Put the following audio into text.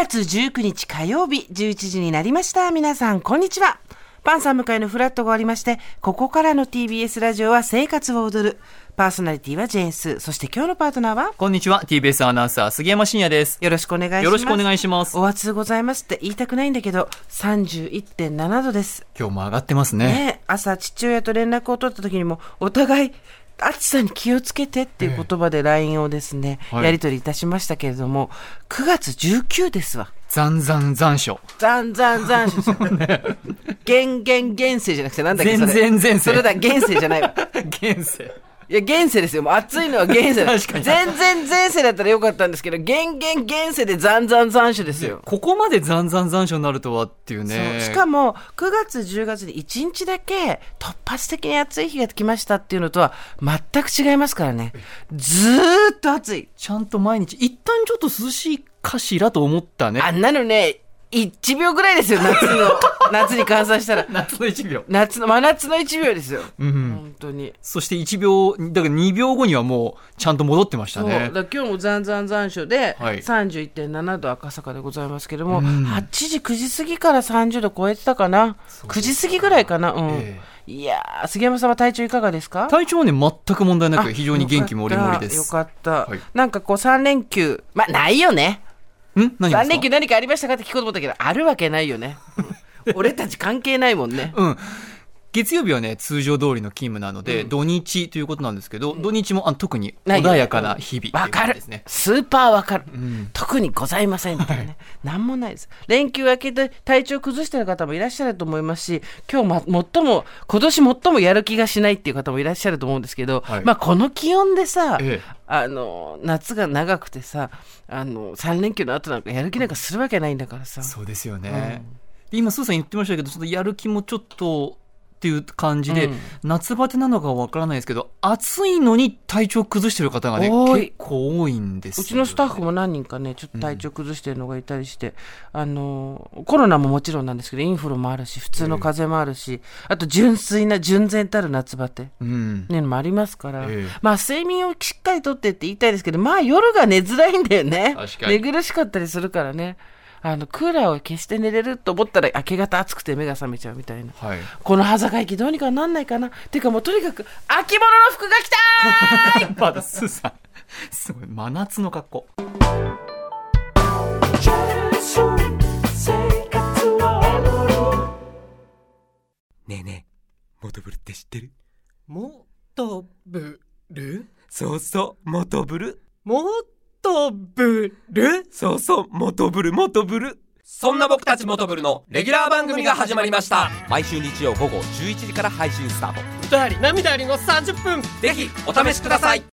月19日火曜日11時になりました。皆さんこんにちは。パンさん向かいのフラットがありまして、ここからの TBS ラジオは生活を踊る。パーソナリティはジェーンス。そして今日のパートナーは、 こんにちは。 TBS アナウンサー杉山真也です。 よろしくお願いします。 よろしくお願いします。 お暑うございますって言いたくないんだけど 31.7 度です。 今日も上がってますね。 朝父親と連絡を取った時にもお互い暑さに気をつけてっていう言葉で LINE をですね、やり取りいたしましたけれども、9月19ですわ。 残暑。 残暑ですよ。現世じゃなくてなんだっけそれ。 前世。 それだ、現世じゃないわ。 現世。 いや、現世ですよ。もう暑いのは現世だ。 確かに。 全然前世だったらよかったんですけど、現世で残暑ですよ。 ここまで残暑になるとはっていうね。 そう。しかも、9月10月で1日だけ突発的に暑い日が来ましたっていうのとは全く違いますからね。ずーっと暑い。 ちゃんと毎日、一旦ちょっと涼しいかしらと思ったね。 あんなのね、1秒ぐらいですよ、夏に換算したら。 夏の1秒。 真夏の1秒ですよ。 うん。 本当に。 そして1秒、だから2秒後にはもう、ちゃんと戻ってましたね。 そう。だ今日も残暑で、31.7 度赤坂でございますけども、8時、9時過ぎから30度超えてたかな。9時過ぎぐらいかな。いやー、杉山さんは体調いかがですか？ 体調はね、全く問題なく、非常に元気もりもりです。 よかった。なんかこう3連休、ないよね。3連休何かありましたかって聞こうと思ったけど、あるわけないよね。俺たち関係ないもんね。 月曜日はね、通常通りの勤務なので、土日ということなんですけど、土日も特に穏やかな日々、 わかる。スーパーわかる。特にございませんってね。なんもないです。連休明けて体調崩してる方もいらっしゃると思いますし、今年最もやる気がしないっていう方もいらっしゃると思うんですけど、この気温でさ、夏が長くてさ、3連休の後なんかやる気なんかするわけないんだからさ。 そうですよね。今、スーさん言ってましたけど、ちょっとやる気もちょっと、っていう感じで、夏バテなのかわからないですけど、暑いのに体調崩してる方がね、結構多いんですよね。うちのスタッフも何人かね、ちょっと体調崩してるのがいたりして、コロナももちろんなんですけど、インフルもあるし、普通の風邪もあるし、あと純然たる夏バテ、ね、もありますから、睡眠をしっかりとってって言いたいですけど、夜が寝づらいんだよね。寝苦しかったりするからね。クーラーを消して寝れると思ったら明け方暑くて目が覚めちゃうみたいな、この端境期どうにかなんないかなっていうか、もうとにかく秋物の服が着たーいまだスーさんすごい真夏の格好。 ねえねえ、モトブルって知ってる？ モトブル？ そうそう、モトブル。 モトブル？ そうそう、モトブル。そんな僕たちモトブルのレギュラー番組が始まりました。毎週日曜午後11時から配信スタート。 歌あり涙ありの30分、 ぜひお試しください。